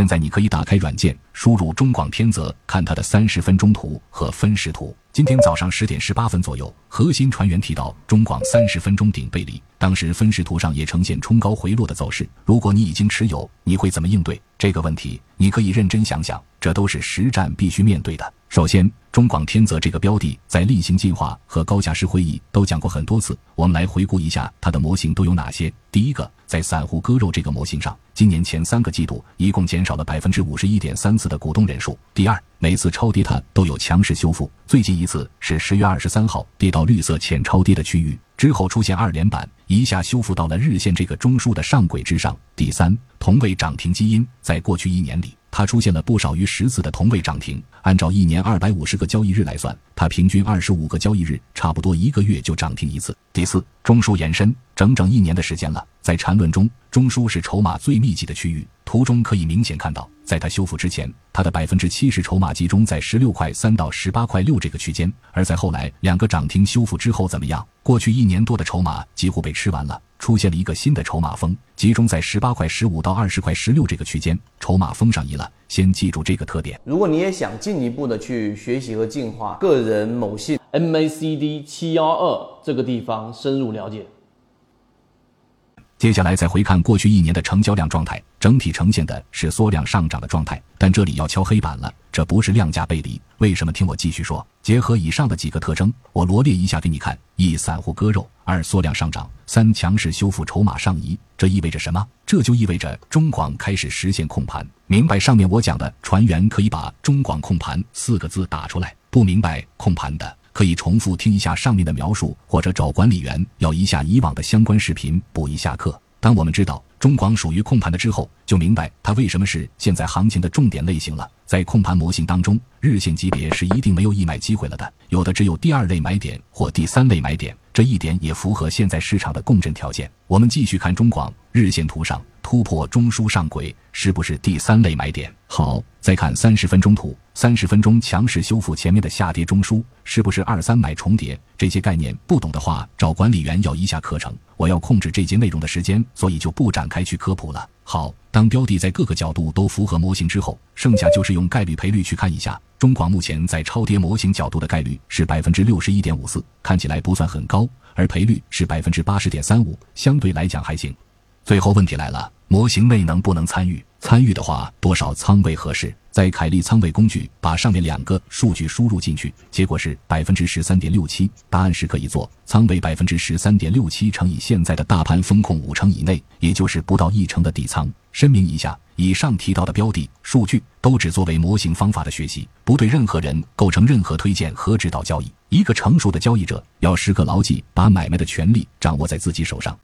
现在你可以打开软件，输入中广天泽，看它的30分钟图和分时图。今天早上10点18分左右，核心船员提到中广30分钟顶背离，当时分时图上也呈现冲高回落的走势。如果你已经持有，你会怎么应对这个问题？你可以认真想想，这都是实战必须面对的。首先，中广天泽这个标的在例行进化和高价值会议都讲过很多次，我们来回顾一下它的模型都有哪些。第一个，在散户割肉这个模型上，今年前3个季度一共减少了 51.34% 的股东人数。第二，每次超跌它都有强势修复，最近一次是10月23号跌到绿色浅超跌的区域，之后出现2连板，一下修复到了日线这个中枢的上轨之上。第三，同位涨停基因，在过去1年里它出现了不少于10次的同位涨停，按照1年250个交易日来算，它平均25个交易日，差不多1个月就涨停一次。第四，中枢延伸，整整1年的时间了。在缠论中，中枢是筹码最密集的区域，图中可以明显看到，在它修复之前，它的 70% 筹码集中在16块3到18块6这个区间，而在后来2个涨停修复之后怎么样？过去1年多的筹码几乎被吃完了，出现了一个新的筹码峰，集中在18块15到20块16这个区间，筹码峰上移了。先记住这个特点。 如果你也想进一步的去学习和进化个人某信 MACD 712这个地方深入了解。 接下来再回看过去1年的成交量状态，整体呈现的是缩量上涨的状态，但这里要敲黑板了，这不是量价背离。为什么？听我继续说。结合以上的几个特征，我罗列一下给你看：1. 散户割肉； 2. 缩量上涨； 3. 强势修复筹码上移。这意味着什么？这就意味着中广开始实现控盘。明白上面我讲的，船员可以把中广控盘4个字打出来，不明白控盘的可以重复听一下上面的描述，或者找管理员要一下以往的相关视频补一下课。当我们知道中广属于控盘的之后，就明白它为什么是现在行情的重点类型了。在控盘模型当中，日线级别是一定没有溢买机会了的，有的只有第2类买点或第3类买点，这一点也符合现在市场的共振条件。我们继续看中广，日线图上突破中枢上轨，是不是第3类买点？好，再看30分钟图，30分钟强势修复前面的下跌中枢，是不是2、3买重叠？这些概念不懂的话，找管理员要一下课程。我要控制这节内容的时间，所以就不展开去科普了。好，当标的在各个角度都符合模型之后，剩下就是用概率赔率去看一下。中广目前在超跌模型角度的概率是 61.54%， 看起来不算很高，而赔率是 80.35%， 相对来讲还行。最后问题来了，模型内能不能参与？参与的话，多少仓位合适？在凯利仓位工具把上面2个数据输入进去，结果是 13.67%， 答案是可以做仓位 13.67% 乘以现在的大盘风控5成以内，也就是不到1成的底仓。声明一下，以上提到的标的数据都只作为模型方法的学习，不对任何人构成任何推荐和指导交易。一个成熟的交易者要时刻牢记，把买卖的权利掌握在自己手上。